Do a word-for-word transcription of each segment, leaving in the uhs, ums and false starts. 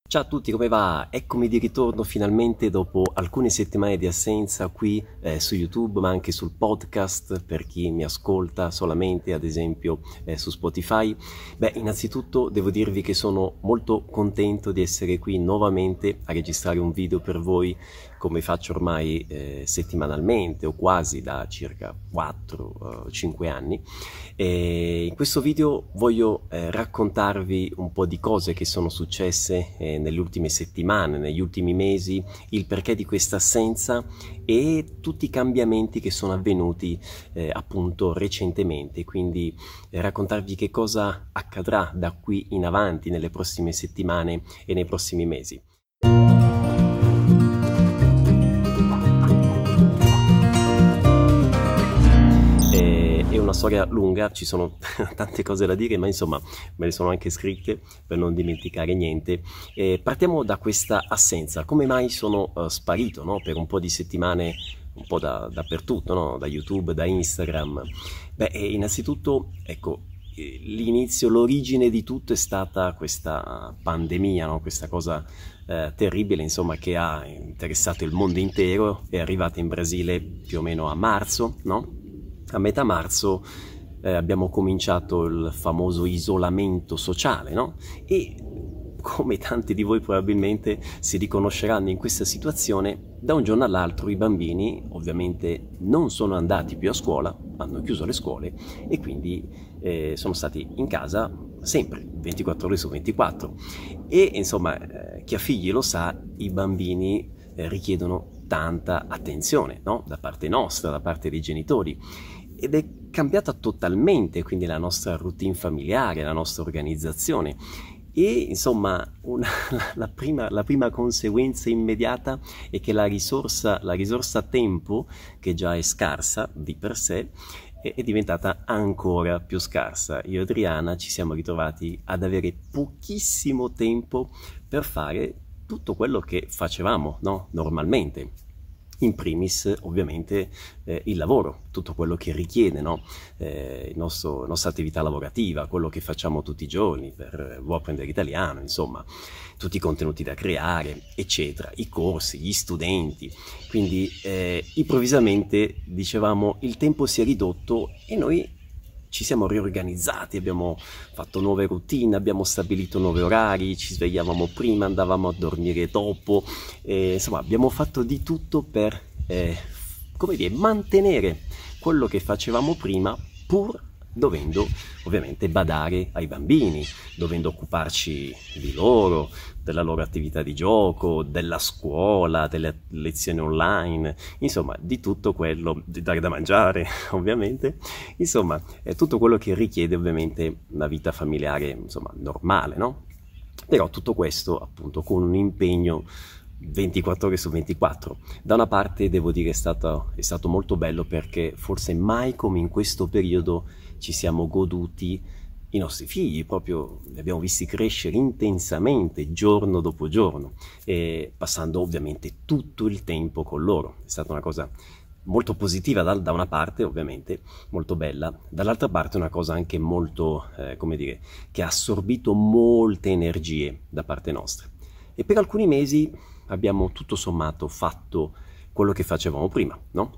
Ciao a tutti, come va? Eccomi di ritorno finalmente dopo alcune settimane di assenza qui eh, su YouTube, ma anche sul podcast per chi mi ascolta solamente, ad esempio eh, su Spotify. Beh, innanzitutto devo dirvi che sono molto contento di essere qui nuovamente a registrare un video per voi, come faccio ormai eh, settimanalmente o quasi da circa quattro cinque anni. E in questo video voglio eh, raccontarvi un po' di cose che sono successe eh, nelle ultime settimane, negli ultimi mesi, il perché di questa assenza e tutti i cambiamenti che sono avvenuti eh, appunto recentemente, quindi eh, raccontarvi che cosa accadrà da qui in avanti nelle prossime settimane e nei prossimi mesi. È una storia lunga, ci sono tante cose da dire, ma insomma me le sono anche scritte per non dimenticare niente. E partiamo da questa assenza. Come mai sono uh, sparito, no? Per un po' di settimane, un po' da, dappertutto, no? Da YouTube, da Instagram. Beh, innanzitutto, ecco, l'inizio, l'origine di tutto è stata questa pandemia, no? Questa cosa eh, terribile, insomma, che ha interessato il mondo intero. È arrivata in Brasile più o meno a marzo, no? A metà marzo eh, abbiamo cominciato il famoso isolamento sociale, no? E come tanti di voi probabilmente si riconosceranno in questa situazione, da un giorno all'altro i bambini ovviamente non sono andati più a scuola, hanno chiuso le scuole e quindi eh, sono stati in casa sempre, ventiquattro ore su ventiquattro. E insomma, eh, chi ha figli lo sa, i bambini eh, richiedono tanta attenzione, no? Da parte nostra, da parte dei genitori. Ed è cambiata totalmente quindi la nostra routine familiare, la nostra organizzazione e insomma una, la, prima, la prima conseguenza immediata è che la risorsa, la risorsa tempo, che già è scarsa di per sé, è, è diventata ancora più scarsa. Io e Adriana ci siamo ritrovati ad avere pochissimo tempo per fare tutto quello che facevamo, no? Normalmente. In primis ovviamente eh, il lavoro, tutto quello che richiede, no? eh, il nostro, la nostra attività lavorativa, quello che facciamo tutti i giorni per eh, vuoi apprendere italiano, insomma, tutti i contenuti da creare, eccetera, i corsi, gli studenti. Quindi eh, improvvisamente, dicevamo, il tempo si è ridotto e noi ci siamo riorganizzati, abbiamo fatto nuove routine, abbiamo stabilito nuovi orari, ci svegliavamo prima, andavamo a dormire dopo, e, insomma abbiamo fatto di tutto per eh, come dire, mantenere quello che facevamo prima pur dovendo ovviamente badare ai bambini, dovendo occuparci di loro, della loro attività di gioco, della scuola, delle lezioni online, insomma di tutto quello, di dare da mangiare ovviamente, insomma è tutto quello che richiede ovviamente una vita familiare insomma normale, no? Però tutto questo appunto con un impegno ventiquattro ore su ventiquattro. Da una parte devo dire è stato, è stato molto bello perché forse mai come in questo periodo ci siamo goduti i nostri figli, proprio li abbiamo visti crescere intensamente giorno dopo giorno e passando ovviamente tutto il tempo con loro. È stata una cosa molto positiva da, da una parte, ovviamente molto bella, dall'altra parte una cosa anche molto, eh, come dire, che ha assorbito molte energie da parte nostra. E per alcuni mesi abbiamo tutto sommato fatto quello che facevamo prima, no?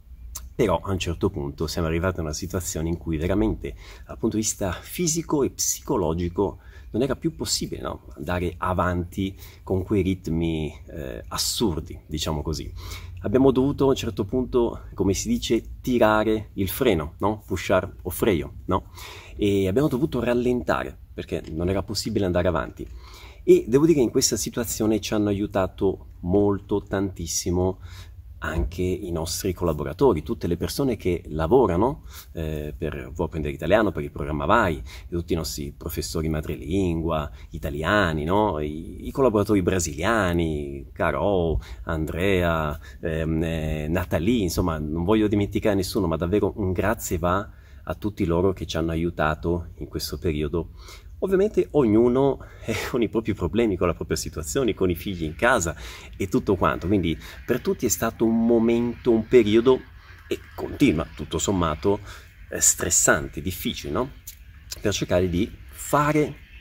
Però a un certo punto siamo arrivati a una situazione in cui veramente dal punto di vista fisico e psicologico non era più possibile, no? Andare avanti con quei ritmi eh, assurdi, diciamo così. Abbiamo dovuto a un certo punto, come si dice, tirare il freno, no? Pushare o freio, no? E abbiamo dovuto rallentare perché non era possibile andare avanti. E devo dire che in questa situazione ci hanno aiutato molto, tantissimo anche i nostri collaboratori, tutte le persone che lavorano eh, per Vuoi apprendere italiano, per il programma Vai, tutti i nostri professori madrelingua, italiani, no? I, i collaboratori brasiliani, Carol, Andrea, ehm, eh, Natalie, insomma non voglio dimenticare nessuno, ma davvero un grazie va a tutti loro che ci hanno aiutato in questo periodo. Ovviamente ognuno è con i propri problemi, con la propria situazione, con i figli in casa e tutto quanto, quindi per tutti è stato un momento, un periodo, e continua tutto sommato, eh, stressante, difficile, no? Per cercare di fare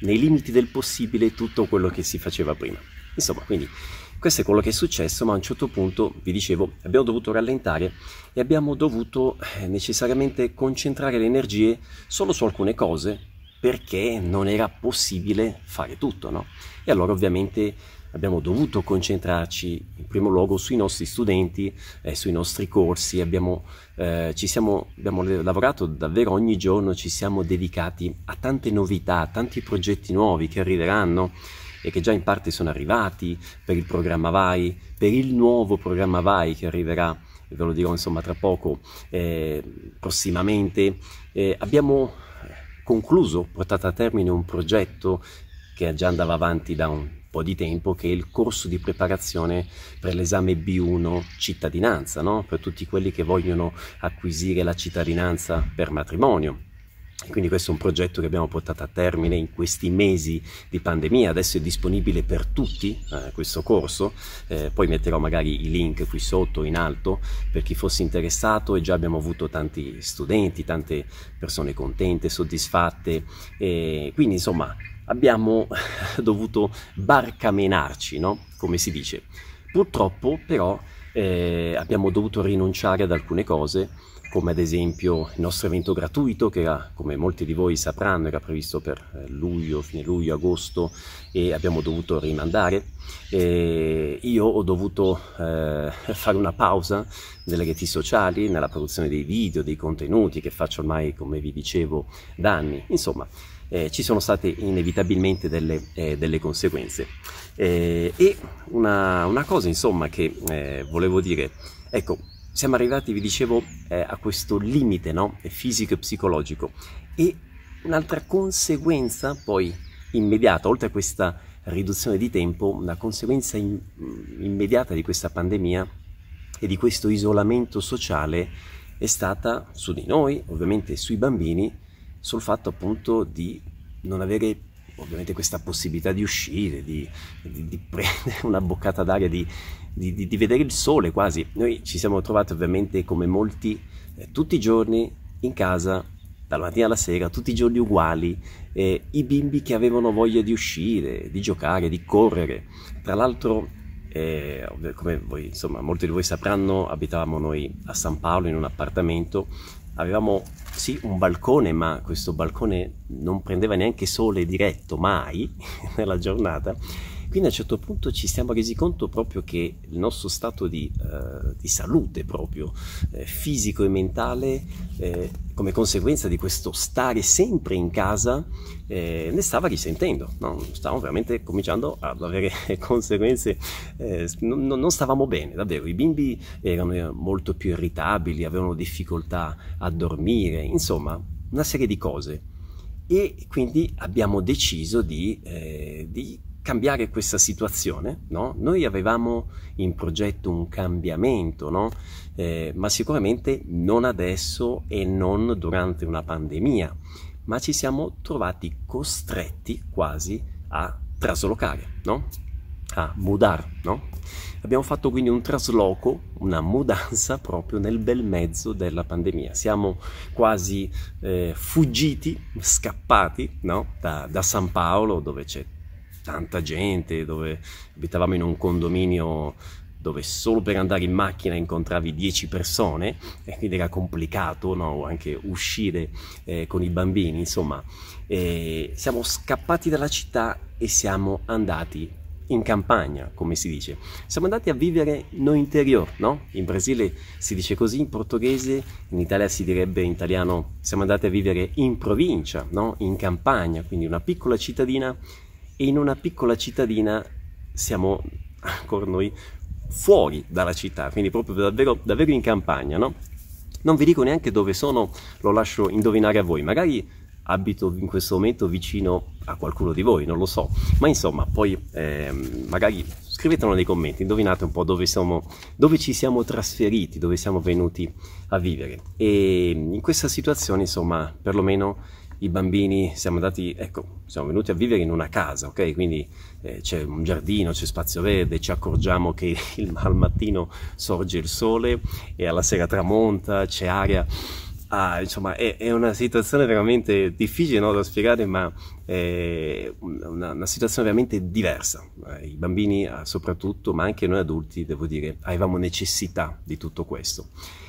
nei limiti del possibile tutto quello che si faceva prima. Insomma, quindi questo è quello che è successo, ma a un certo punto, vi dicevo, abbiamo dovuto rallentare e abbiamo dovuto eh, necessariamente concentrare le energie solo su alcune cose, perché non era possibile fare tutto, no? E allora ovviamente abbiamo dovuto concentrarci in primo luogo sui nostri studenti, eh, sui nostri corsi, abbiamo, eh, ci siamo, abbiamo lavorato davvero ogni giorno, ci siamo dedicati a tante novità, a tanti progetti nuovi che arriveranno e che già in parte sono arrivati, per il programma Vai, per il nuovo programma Vai che arriverà, ve lo dirò insomma tra poco, eh, prossimamente. Eh, abbiamo concluso, portato a termine un progetto che già andava avanti da un po' di tempo, che è il corso di preparazione per l'esame B uno cittadinanza, no? Per tutti quelli che vogliono acquisire la cittadinanza per matrimonio. E quindi questo è un progetto che abbiamo portato a termine in questi mesi di pandemia. Adesso è disponibile per tutti eh, questo corso, eh, poi metterò magari i link qui sotto in alto per chi fosse interessato, e già abbiamo avuto tanti studenti, tante persone contente, soddisfatte, e quindi insomma abbiamo dovuto barcamenarci, no? Come si dice. Purtroppo però eh, abbiamo dovuto rinunciare ad alcune cose, come ad esempio il nostro evento gratuito, che era, come molti di voi sapranno, era previsto per luglio, fine luglio, agosto, e abbiamo dovuto rimandare. E io ho dovuto eh, fare una pausa nelle reti sociali, nella produzione dei video, dei contenuti che faccio ormai, come vi dicevo, da anni. Insomma, eh, ci sono state inevitabilmente delle, eh, delle conseguenze. Eh, e una, una cosa, insomma, che eh, volevo dire, ecco, siamo arrivati, vi dicevo, eh, a questo limite, no? Fisico e psicologico. E un'altra conseguenza poi immediata, oltre a questa riduzione di tempo, una conseguenza in, immediata di questa pandemia e di questo isolamento sociale è stata su di noi, ovviamente sui bambini, sul fatto appunto di non avere ovviamente questa possibilità di uscire, di, di, di prendere una boccata d'aria, di, di, di, di vedere il sole quasi. Noi ci siamo trovati ovviamente come molti eh, tutti i giorni in casa, dalla mattina alla sera, tutti i giorni uguali, eh, i bimbi che avevano voglia di uscire, di giocare, di correre. Tra l'altro, eh, come voi, insomma, molti di voi sapranno, abitavamo noi a San Paolo in un appartamento. Avevamo sì un balcone, ma questo balcone non prendeva neanche sole diretto, mai, nella giornata. Quindi a un certo punto ci siamo resi conto proprio che il nostro stato di, uh, di salute proprio eh, fisico e mentale, eh, come conseguenza di questo stare sempre in casa, eh, ne stava risentendo, no? Stavamo veramente cominciando ad avere conseguenze, eh, non, non stavamo bene, davvero. I bimbi erano molto più irritabili, avevano difficoltà a dormire, insomma una serie di cose. E quindi abbiamo deciso di, eh, di cambiare questa situazione, no? Noi avevamo in progetto un cambiamento, no? Eh, ma sicuramente non adesso e non durante una pandemia, ma ci siamo trovati costretti quasi a traslocare, no? A mudare, no? Abbiamo fatto quindi un trasloco, una mudanza proprio nel bel mezzo della pandemia. Siamo quasi eh, fuggiti, scappati, no? da, da San Paolo, dove c'è tanta gente, dove abitavamo in un condominio dove solo per andare in macchina incontravi dieci persone, e quindi era complicato, no? Anche uscire eh, con i bambini, insomma. E siamo scappati dalla città e siamo andati in campagna, come si dice. Siamo andati a vivere no interior, no? In Brasile si dice così, in portoghese, in Italia si direbbe in italiano siamo andati a vivere in provincia, no? In campagna, quindi una piccola cittadina. E in una piccola cittadina siamo ancora noi fuori dalla città, quindi proprio davvero, davvero in campagna, no? Non vi dico neanche dove sono, lo lascio indovinare a voi, magari abito in questo momento vicino a qualcuno di voi, non lo so, ma insomma poi eh, magari scrivetelo nei commenti, indovinate un po' dove siamo, dove ci siamo trasferiti, dove siamo venuti a vivere. E in questa situazione, insomma, perlomeno i bambini siamo andati, ecco, siamo venuti a vivere in una casa, ok? Quindi eh, c'è un giardino, c'è spazio verde, ci accorgiamo che il, al mattino sorge il sole e alla sera tramonta, c'è aria Ah, insomma, è, è una situazione veramente difficile, no, da spiegare, ma è una, una situazione veramente diversa. Eh, I bambini, eh, soprattutto, ma anche noi adulti, devo dire, avevamo necessità di tutto questo.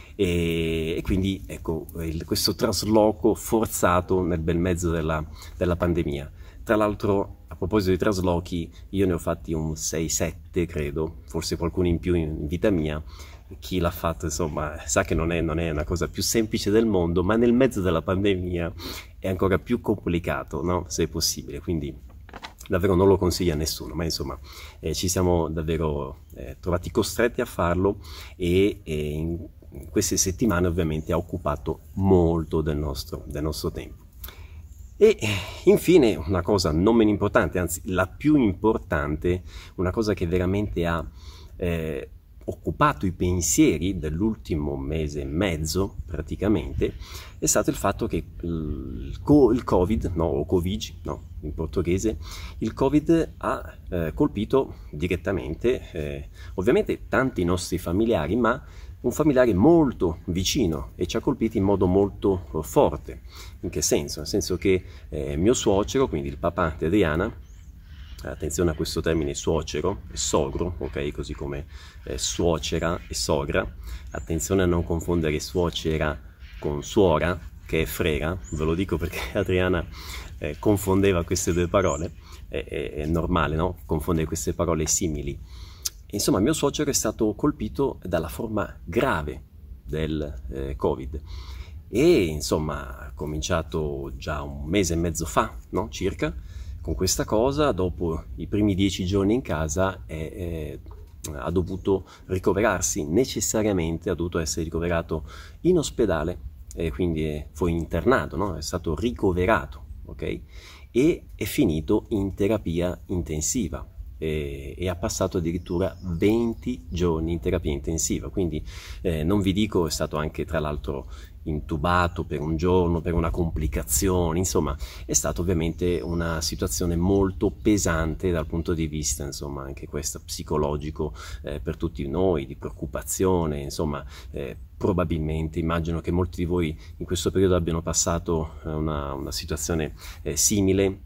E, e quindi, ecco, il- questo trasloco forzato nel bel mezzo della, della pandemia. Tra l'altro, a proposito di traslochi, io ne ho fatti un sei sette, credo, forse qualcuno in più in vita mia. Chi l'ha fatto, insomma, sa che non è, non è una cosa più semplice del mondo, ma nel mezzo della pandemia è ancora più complicato, no? Se è possibile, quindi davvero non lo consiglio a nessuno, ma insomma eh, ci siamo davvero eh, trovati costretti a farlo e, e in, in queste settimane ovviamente ha occupato molto del nostro, del nostro tempo. E infine una cosa non meno importante, anzi la più importante, una cosa che veramente ha eh, occupato i pensieri dell'ultimo mese e mezzo praticamente, è stato il fatto che il, co- il Covid, no, o Covid, no, in portoghese, il Covid ha eh, colpito direttamente eh, ovviamente tanti nostri familiari, ma un familiare molto vicino e ci ha colpiti in modo molto eh, forte. In che senso? Nel senso che eh, mio suocero, quindi il papà di Adriana, attenzione a questo termine suocero e sogro, ok? Così come eh, suocera e sogra, attenzione a non confondere suocera con suora, che è frega, ve lo dico perché Adriana eh, confondeva queste due parole, è, è, è normale, no? Confondere queste parole simili. Insomma, mio suocero è stato colpito dalla forma grave del eh, Covid e insomma ha cominciato già un mese e mezzo fa, no? Circa, con questa cosa. Dopo i primi dieci giorni in casa è, è, ha dovuto ricoverarsi necessariamente, ha dovuto essere ricoverato in ospedale e quindi è, fu internato, no? È stato ricoverato, ok? E è finito in terapia intensiva. E, e ha passato addirittura venti giorni in terapia intensiva, quindi eh, non vi dico, è stato anche tra l'altro intubato per un giorno per una complicazione, insomma è stata ovviamente una situazione molto pesante dal punto di vista, insomma, anche questo psicologico eh, per tutti noi, di preoccupazione, insomma eh, probabilmente immagino che molti di voi in questo periodo abbiano passato eh, una, una situazione eh, simile.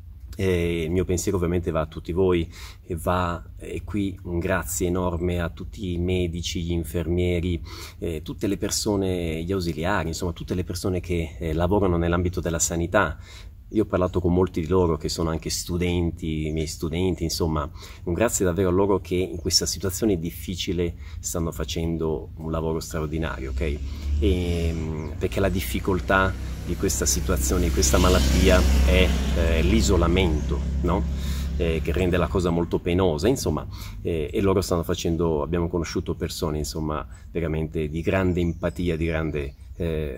E il mio pensiero ovviamente va a tutti voi e va e qui un grazie enorme a tutti i medici, gli infermieri, eh, tutte le persone, gli ausiliari, insomma tutte le persone che eh, lavorano nell'ambito della sanità. Io ho parlato con molti di loro che sono anche studenti, i miei studenti, insomma un grazie davvero a loro che in questa situazione difficile stanno facendo un lavoro straordinario, ok? E, perché la difficoltà di questa situazione, di questa malattia è eh, l'isolamento, no? Eh, che rende la cosa molto penosa, insomma, eh, e loro stanno facendo, abbiamo conosciuto persone, insomma, veramente di grande empatia, di grande eh,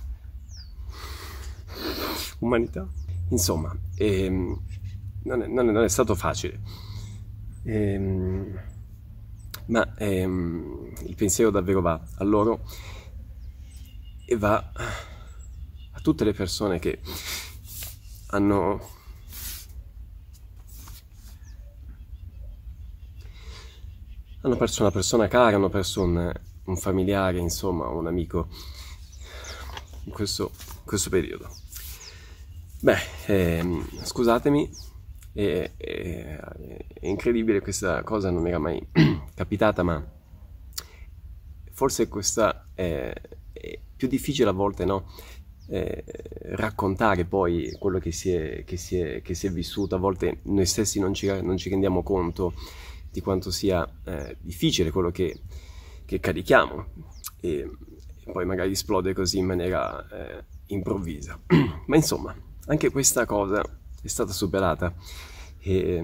umanità, insomma, ehm, non, è, non, è, non è stato facile, ehm, ma ehm, il pensiero davvero va a loro e va a tutte le persone che hanno hanno perso una persona cara, hanno perso un, un familiare, insomma, un amico in questo, in questo periodo. Beh, ehm, scusatemi, è, è, è incredibile, questa cosa non mi era mai capitata, ma forse questa è, è più difficile a volte, no? Eh, raccontare poi quello che si, è, che, si è, che si è vissuto. A volte noi stessi non ci, non ci rendiamo conto di quanto sia eh, difficile quello che, che carichiamo e, e poi magari esplode così in maniera eh, improvvisa. Ma insomma, anche questa cosa è stata superata e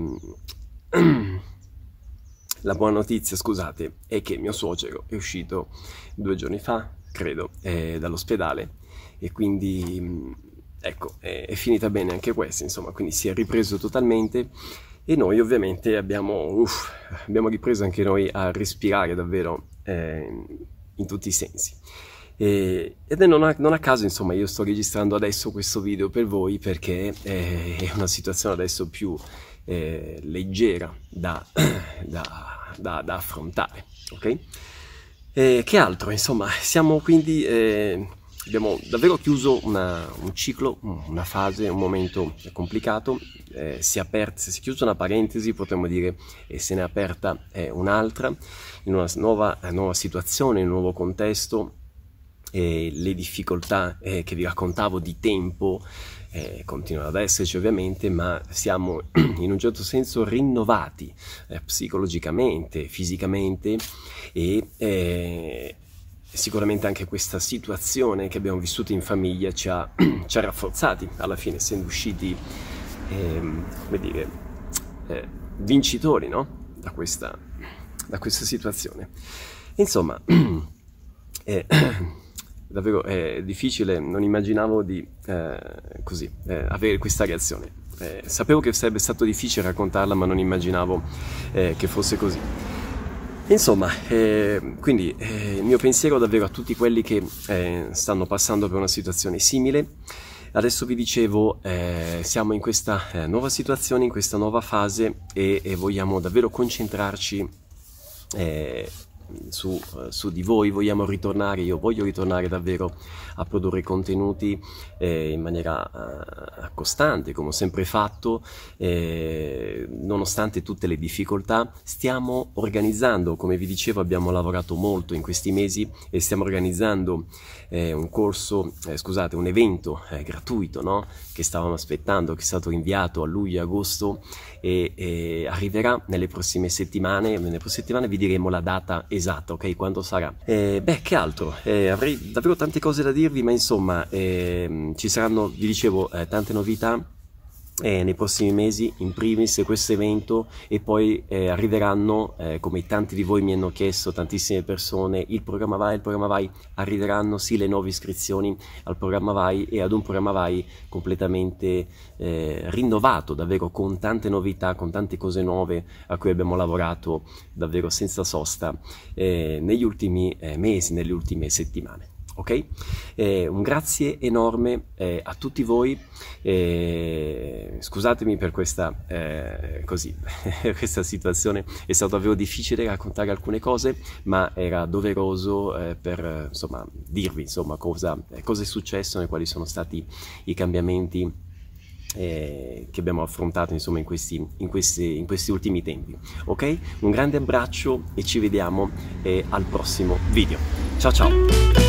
la buona notizia, scusate, è che mio suocero è uscito due giorni fa, credo, eh, dall'ospedale e quindi ecco, è, è finita bene anche questa, insomma, quindi si è ripreso totalmente e noi ovviamente abbiamo, uff, abbiamo ripreso anche noi a respirare davvero eh, in tutti i sensi. E, ed è non a, non a caso, insomma, io sto registrando adesso questo video per voi perché eh, è una situazione adesso più eh, leggera da, da, da, da affrontare, ok? E che altro, insomma, siamo quindi eh, abbiamo davvero chiuso una, un ciclo, una fase, un momento complicato, eh, si è aperta, si è chiusa una parentesi, potremmo dire, e se ne è aperta eh, un'altra, in una nuova, nuova situazione, in un nuovo contesto. E le difficoltà eh, che vi raccontavo di tempo eh, continuano ad esserci ovviamente, ma siamo in un certo senso rinnovati eh, psicologicamente, fisicamente e eh, sicuramente anche questa situazione che abbiamo vissuto in famiglia ci ha, ci ha rafforzati alla fine, essendo usciti eh, come dire, eh, vincitori, no? da, questa, da questa situazione. Insomma, eh, davvero è difficile, non immaginavo di eh, così, eh, avere questa reazione. Eh, sapevo che sarebbe stato difficile raccontarla, ma non immaginavo eh, che fosse così. Insomma, eh, quindi eh, il mio pensiero davvero a tutti quelli che eh, stanno passando per una situazione simile. Adesso vi dicevo, eh, siamo in questa eh, nuova situazione, in questa nuova fase e, e vogliamo davvero concentrarci eh, Su, su di voi, vogliamo ritornare, io voglio ritornare davvero a produrre contenuti eh, in maniera eh, costante, come ho sempre fatto, eh, nonostante tutte le difficoltà. Stiamo organizzando, come vi dicevo, abbiamo lavorato molto in questi mesi e stiamo organizzando eh, un corso, eh, scusate, un evento eh, gratuito, no? Che stavamo aspettando, che è stato rinviato a luglio-agosto e, e arriverà nelle prossime settimane. Nelle prossime settimane vi diremo la data esatta, ok? Quando sarà. Eh, beh, che altro? Eh, avrei davvero tante cose da dirvi, ma insomma, eh, ci saranno, vi dicevo, eh, tante novità eh, nei prossimi mesi, in primis questo evento, e poi eh, arriveranno, eh, come tanti di voi mi hanno chiesto, tantissime persone, il programma Vai, il programma Vai, arriveranno sì le nuove iscrizioni al programma Vai e ad un programma Vai completamente eh, rinnovato, davvero con tante novità, con tante cose nuove a cui abbiamo lavorato davvero senza sosta eh, negli ultimi eh, mesi, nelle ultime settimane. Ok? Eh, un grazie enorme eh, a tutti voi, eh, scusatemi per questa, eh, così, questa situazione, è stato davvero difficile raccontare alcune cose, ma era doveroso eh, per insomma, dirvi insomma, cosa, eh, cosa è successo e quali sono stati i cambiamenti Eh, che abbiamo affrontato insomma in questi, in, questi, in questi ultimi tempi. Ok? Un grande abbraccio e ci vediamo eh, al prossimo video. Ciao ciao!